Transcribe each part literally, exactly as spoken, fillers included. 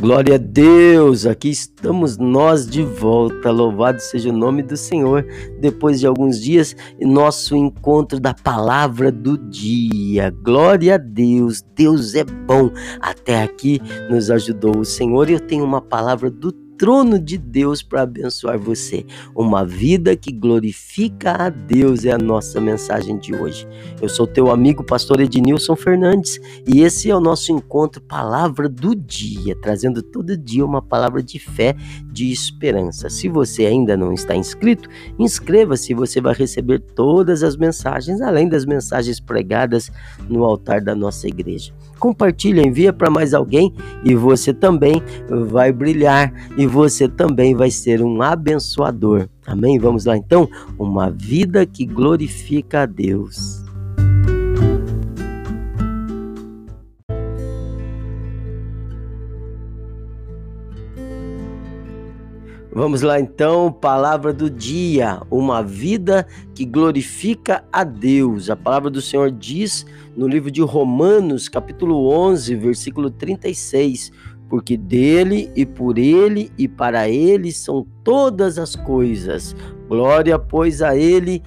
Glória a Deus, aqui estamos nós de volta, louvado seja o nome do Senhor, depois de alguns dias, nosso encontro da palavra do dia. Glória a Deus, Deus é bom, até aqui nos ajudou o Senhor e eu tenho uma palavra do trono de Deus para abençoar você. Uma vida que glorifica a Deus é a nossa mensagem de hoje. Eu sou teu amigo pastor Ednilson Fernandes e esse é o nosso encontro Palavra do Dia, trazendo todo dia uma palavra de fé, de esperança. Se você ainda não está inscrito, inscreva-se, você vai receber todas as mensagens, além das mensagens pregadas no altar da nossa igreja. Compartilha, envia para mais alguém e você também vai brilhar e você também vai ser um abençoador. Amém? Vamos lá então? Uma vida que glorifica a Deus. Vamos lá então, palavra do dia, uma vida que glorifica a Deus. A palavra do Senhor diz no livro de Romanos, capítulo onze, versículo trinta e seis, porque dele e por ele e para ele são todas as coisas. Glória, pois, a ele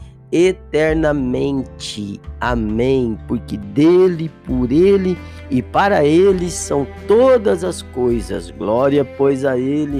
eternamente. Amém. Porque dele, por ele e para ele são todas as coisas. Glória, pois, a ele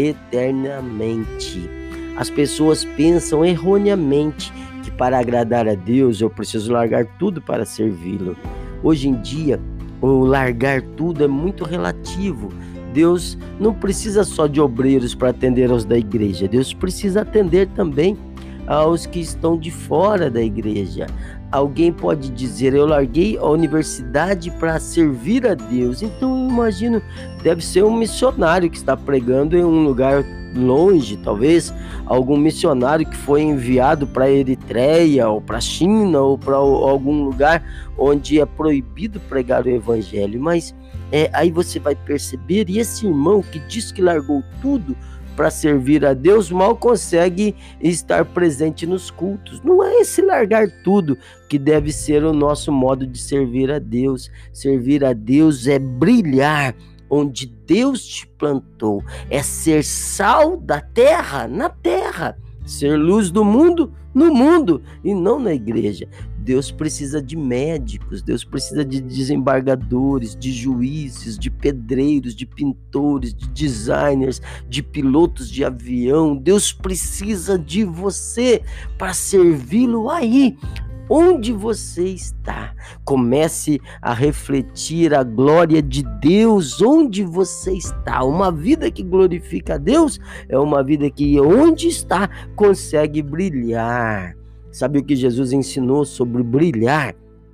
eternamente. As pessoas pensam erroneamente que para agradar a Deus eu preciso largar tudo para servi-lo. Hoje em dia, o largar tudo é muito relativo. Deus não precisa só de obreiros para atender aos da igreja. Deus precisa atender também aos que estão de fora da igreja. Alguém pode dizer, eu larguei a universidade para servir a Deus. Então eu imagino, deve ser um missionário que está pregando em um lugar longe, talvez algum missionário que foi enviado para a Eritreia ou para a China ou para algum lugar onde é proibido pregar o evangelho. Mas é, aí você vai perceber, e esse irmão que diz que largou tudo para servir a Deus, mal consegue estar presente nos cultos. Não é esse largar tudo que deve ser o nosso modo de servir a Deus. Servir a Deus é brilhar onde Deus te plantou, é ser sal da terra, na terra, ser luz do mundo, no mundo e não na igreja. Deus precisa de médicos, Deus precisa de desembargadores, de juízes, de pedreiros, de pintores, de designers, de pilotos de avião. Deus precisa de você para servi-lo aí, onde você está. Comece a refletir a glória de Deus onde você está. Uma vida que glorifica a Deus é uma vida que onde está consegue brilhar. Sabe o que Jesus ensinou sobre brilhar?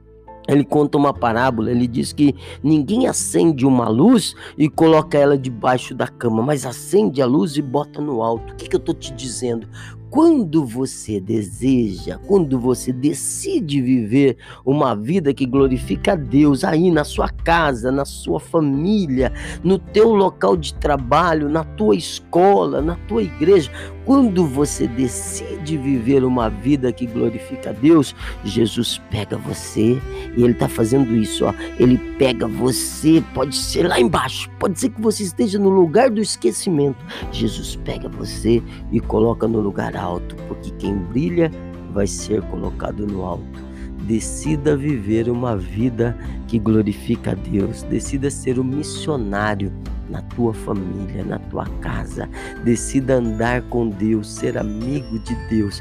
Ele conta uma parábola, ele diz que ninguém acende uma luz e coloca ela debaixo da cama, mas acende a luz e bota no alto. O que, que eu estou te dizendo? Quando você deseja, quando você decide viver uma vida que glorifica a Deus aí na sua casa, na sua família, no teu local de trabalho, na tua escola, na tua igreja, quando você decide viver uma vida que glorifica a Deus, Jesus pega você e Ele está fazendo isso, ó. Ele pega você, pode ser lá embaixo, pode ser que você esteja no lugar do esquecimento. Jesus pega você e coloca no lugar alto, porque quem brilha vai ser colocado no alto. Decida viver uma vida que glorifica a Deus. Decida ser um missionário na tua família, na tua casa. Decida andar com Deus, ser amigo de Deus,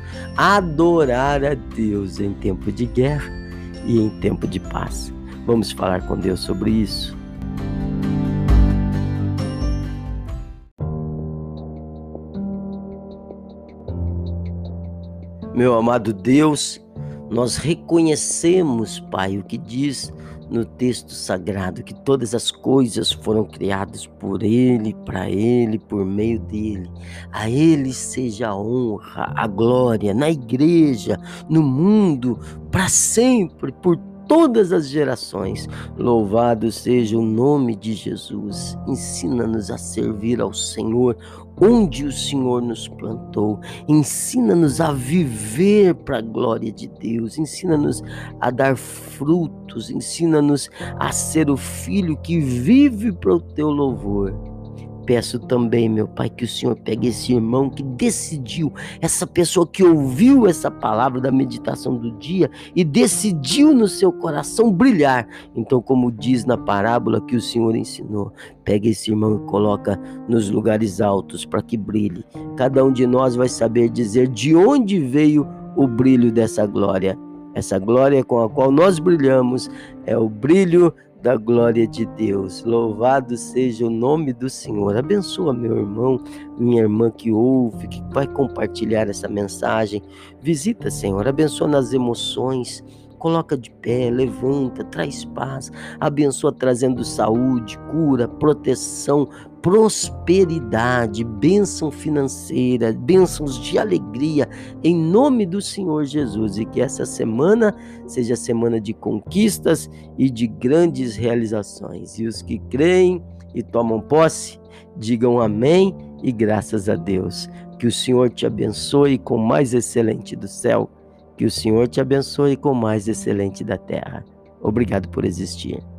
adorar a Deus em tempo de guerra e em tempo de paz. Vamos falar com Deus sobre isso. Meu amado Deus, nós reconhecemos, Pai, o que diz no texto sagrado, que todas as coisas foram criadas por Ele, para Ele, por meio dEle. A Ele seja a honra, a glória, na igreja, no mundo, para sempre, por todas as gerações. Louvado seja o nome de Jesus. Ensina-nos a servir ao Senhor onde o Senhor nos plantou. Ensina-nos a viver para a glória de Deus. Ensina-nos a dar frutos. Ensina-nos a ser o filho que vive para o teu louvor. Peço também, meu Pai, que o Senhor pegue esse irmão que decidiu, essa pessoa que ouviu essa palavra da meditação do dia e decidiu no seu coração brilhar. Então, como diz na parábola que o Senhor ensinou, pega esse irmão e coloca nos lugares altos para que brilhe. Cada um de nós vai saber dizer de onde veio o brilho dessa glória. Essa glória com a qual nós brilhamos é o brilho da glória de Deus. Louvado seja o nome do Senhor. Abençoa meu irmão, minha irmã que ouve, que vai compartilhar essa mensagem. Visita, Senhor, abençoa nas emoções. Coloca de pé, levanta, traz paz, abençoa trazendo saúde, cura, proteção, prosperidade, bênção financeira, bênçãos de alegria, em nome do Senhor Jesus. E que essa semana seja semana de conquistas e de grandes realizações. E os que creem e tomam posse, digam amém e graças a Deus. Que o Senhor te abençoe com o mais excelente do céu. Que o Senhor te abençoe com o mais excelente da terra. Obrigado por existir.